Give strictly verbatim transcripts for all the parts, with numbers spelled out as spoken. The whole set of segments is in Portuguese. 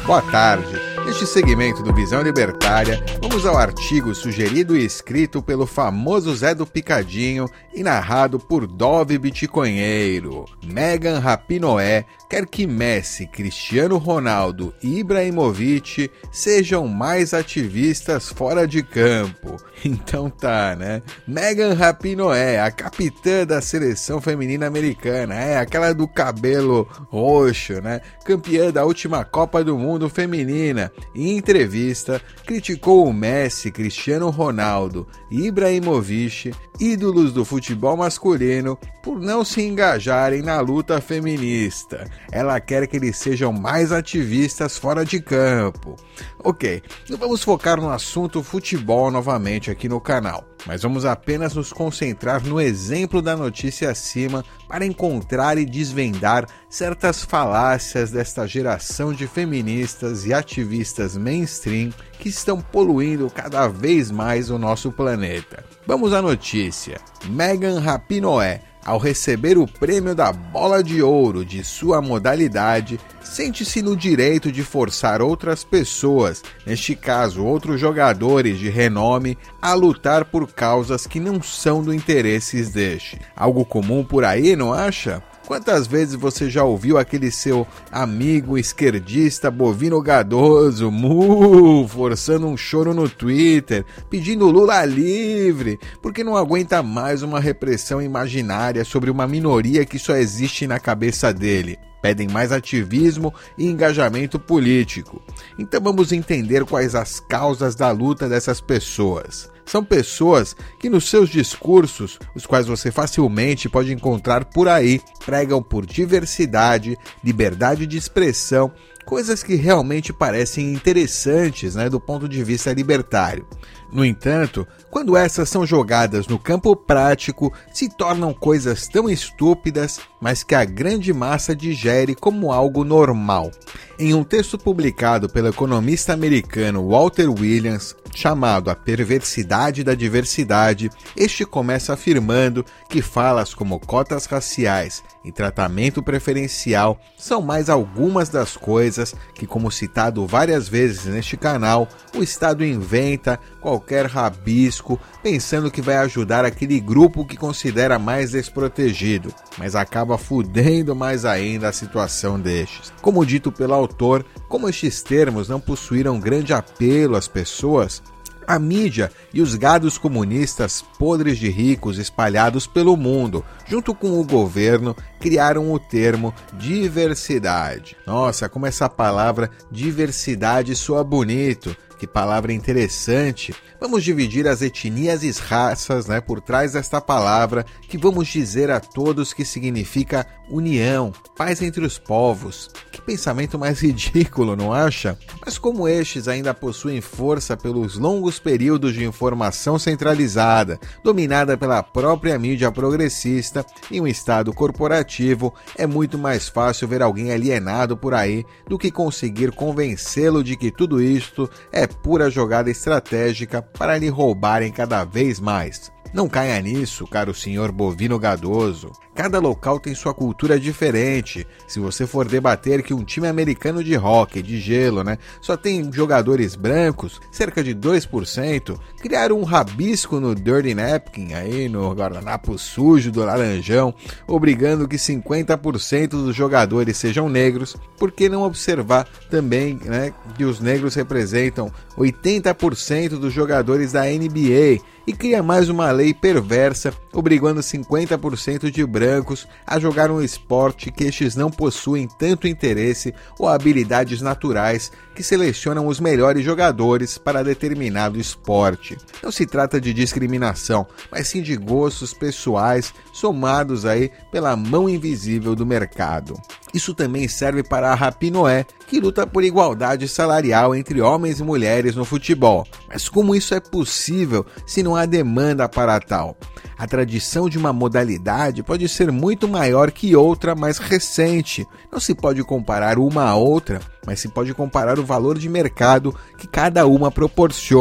Boa tarde. Neste segmento do Visão Libertária, vamos ao artigo sugerido e escrito pelo famoso Zé do Picadinho e narrado por Dove Bitcoinheiro. Megan Rapinoe quer que Messi, Cristiano Ronaldo e Ibrahimovic sejam mais ativistas fora de campo. Então tá, né? Megan Rapinoe, a capitã da seleção feminina americana, é aquela do cabelo roxo, né? Campeã da última Copa do Mundo feminina. Em entrevista, criticou o Messi, Cristiano Ronaldo e Ibrahimovic, ídolos do futebol masculino, por não se engajarem na luta feminista. Ela quer que eles sejam mais ativistas fora de campo. Ok, não vamos focar no assunto futebol novamente aqui no canal, mas vamos apenas nos concentrar no exemplo da notícia acima para encontrar e desvendar certas falácias desta geração de feministas e ativistas mainstream que estão poluindo cada vez mais o nosso planeta. Vamos à notícia. Megan Rapinoe, ao receber o prêmio da Bola de Ouro de sua modalidade, sente-se no direito de forçar outras pessoas, neste caso outros jogadores de renome, a lutar por causas que não são do interesse deste. Algo comum por aí, não acha? Quantas vezes você já ouviu aquele seu amigo esquerdista bovino gadoso, mu, forçando um choro no Twitter, pedindo Lula livre, porque não aguenta mais uma repressão imaginária sobre uma minoria que só existe na cabeça dele? Pedem mais ativismo e engajamento político. Então vamos entender quais as causas da luta dessas pessoas. São pessoas que nos seus discursos, os quais você facilmente pode encontrar por aí, pregam por diversidade, liberdade de expressão, coisas que realmente parecem interessantes, né, do ponto de vista libertário. No entanto, quando essas são jogadas no campo prático, se tornam coisas tão estúpidas, mas que a grande massa digere como algo normal. Em um texto publicado pelo economista americano Walter Williams, chamado A Perversidade da Diversidade, este começa afirmando que falas como cotas raciais e tratamento preferencial são mais algumas das coisas que, como citado várias vezes neste canal, o Estado inventa qualquer rabisco pensando que vai ajudar aquele grupo que considera mais desprotegido, mas acaba fudendo mais ainda a situação destes. Como dito pelo autor, como estes termos não possuíram grande apelo às pessoas, a mídia e os gados comunistas podres de ricos espalhados pelo mundo, junto com o governo, criaram o termo diversidade. Nossa, como essa palavra diversidade soa bonito. Que palavra interessante. Vamos dividir as etnias e raças, né, por trás desta palavra, que vamos dizer a todos que significa união, paz entre os povos. Que pensamento mais ridículo, não acha? Mas como estes ainda possuem força pelos longos períodos de informação centralizada, dominada pela própria mídia progressista e um Estado corporativo, é muito mais fácil ver alguém alienado por aí do que conseguir convencê-lo de que tudo isto é pura jogada estratégica para lhe roubarem cada vez mais. Não caia nisso, caro senhor bovino gadoso. Cada local tem sua cultura diferente. Se você for debater que um time americano de hóquei, de gelo, né, só tem jogadores brancos, cerca de dois por cento, criar um rabisco no Dirty Napkin, aí no guardanapo sujo do laranjão, obrigando que cinquenta por cento dos jogadores sejam negros, por que não observar também, né, que os negros representam oitenta por cento dos jogadores da N B A, e cria mais uma lei perversa, obrigando cinquenta por cento de brancos a jogar um esporte que estes não possuem tanto interesse ou habilidades naturais que selecionam os melhores jogadores para determinado esporte. Não se trata de discriminação, mas sim de gostos pessoais somados aí pela mão invisível do mercado. Isso também serve para a Rapinoe, que luta por igualdade salarial entre homens e mulheres no futebol. Mas como isso é possível se não há demanda para tal? A tradição de uma modalidade pode ser muito maior que outra mais recente. Não se pode comparar uma a outra, mas se pode comparar o valor de mercado que cada uma proporciona.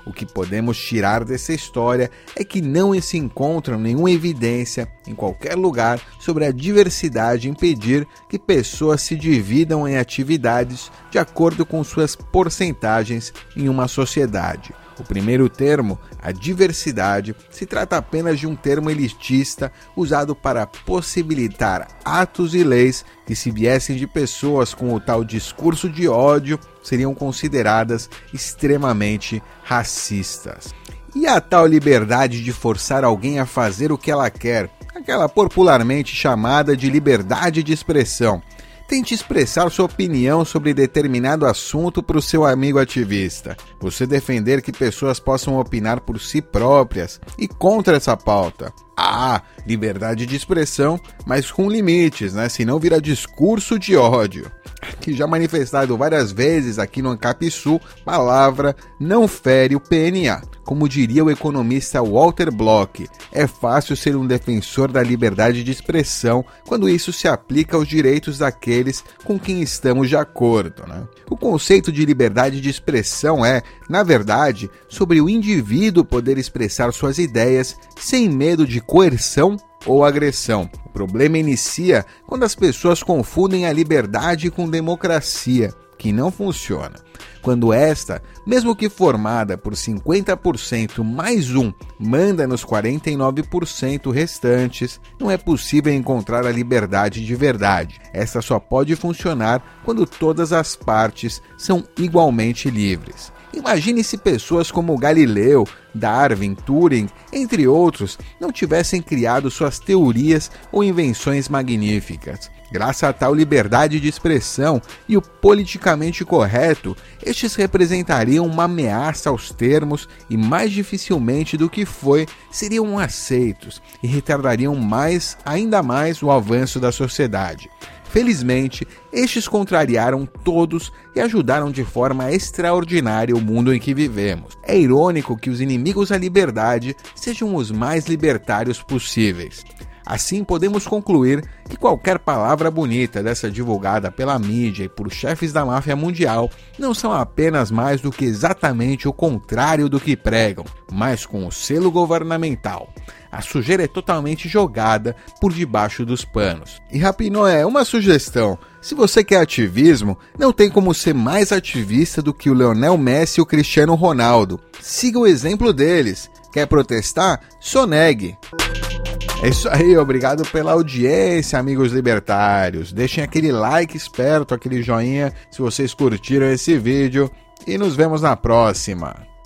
O que podemos tirar dessa história é que não se encontra nenhuma evidência em qualquer lugar sobre a diversidade impedir que pessoas se dividam em atividades de acordo com suas porcentagens em uma sociedade. O primeiro termo, a diversidade, se trata apenas de um termo elitista usado para possibilitar atos e leis que, se viessem de pessoas com o tal discurso de ódio, seriam consideradas extremamente racistas. E a tal liberdade de forçar alguém a fazer o que ela quer, aquela popularmente chamada de liberdade de expressão. Tente expressar sua opinião sobre determinado assunto para o seu amigo ativista. Você defender que pessoas possam opinar por si próprias e contra essa pauta. Ah, liberdade de expressão, mas com limites, né? Senão vira discurso de ódio. Que já manifestado várias vezes aqui no Ancap Sul, palavra não fere o P N A. Como diria o economista Walter Block, é fácil ser um defensor da liberdade de expressão quando isso se aplica aos direitos daqueles com quem estamos de acordo, né? O conceito de liberdade de expressão é, na verdade, sobre o indivíduo poder expressar suas ideias sem medo de coerção ou agressão. O problema inicia quando as pessoas confundem a liberdade com democracia, que não funciona. Quando esta, mesmo que formada por cinquenta por cento mais um, manda nos quarenta e nove por cento restantes, não é possível encontrar a liberdade de verdade. Essa só pode funcionar quando todas as partes são igualmente livres. Imagine se pessoas como Galileu, Darwin, Turing, entre outros, não tivessem criado suas teorias ou invenções magníficas. Graças a tal liberdade de expressão e o politicamente correto, estes representariam uma ameaça aos termos e, mais dificilmente do que foi, seriam aceitos e retardariam mais, ainda mais o avanço da sociedade. Felizmente, estes contrariaram todos e ajudaram de forma extraordinária o mundo em que vivemos. É irônico que os inimigos da liberdade sejam os mais libertários possíveis. Assim, podemos concluir que qualquer palavra bonita dessa divulgada pela mídia e por chefes da máfia mundial não são apenas mais do que exatamente o contrário do que pregam, mas com o selo governamental. A sujeira é totalmente jogada por debaixo dos panos. E Rapinoé, uma sugestão. Se você quer ativismo, não tem como ser mais ativista do que o Lionel Messi e o Cristiano Ronaldo. Siga o exemplo deles. Quer protestar? Sonegue. É isso aí, obrigado pela audiência, amigos libertários. Deixem aquele like esperto, aquele joinha se vocês curtiram esse vídeo e nos vemos na próxima.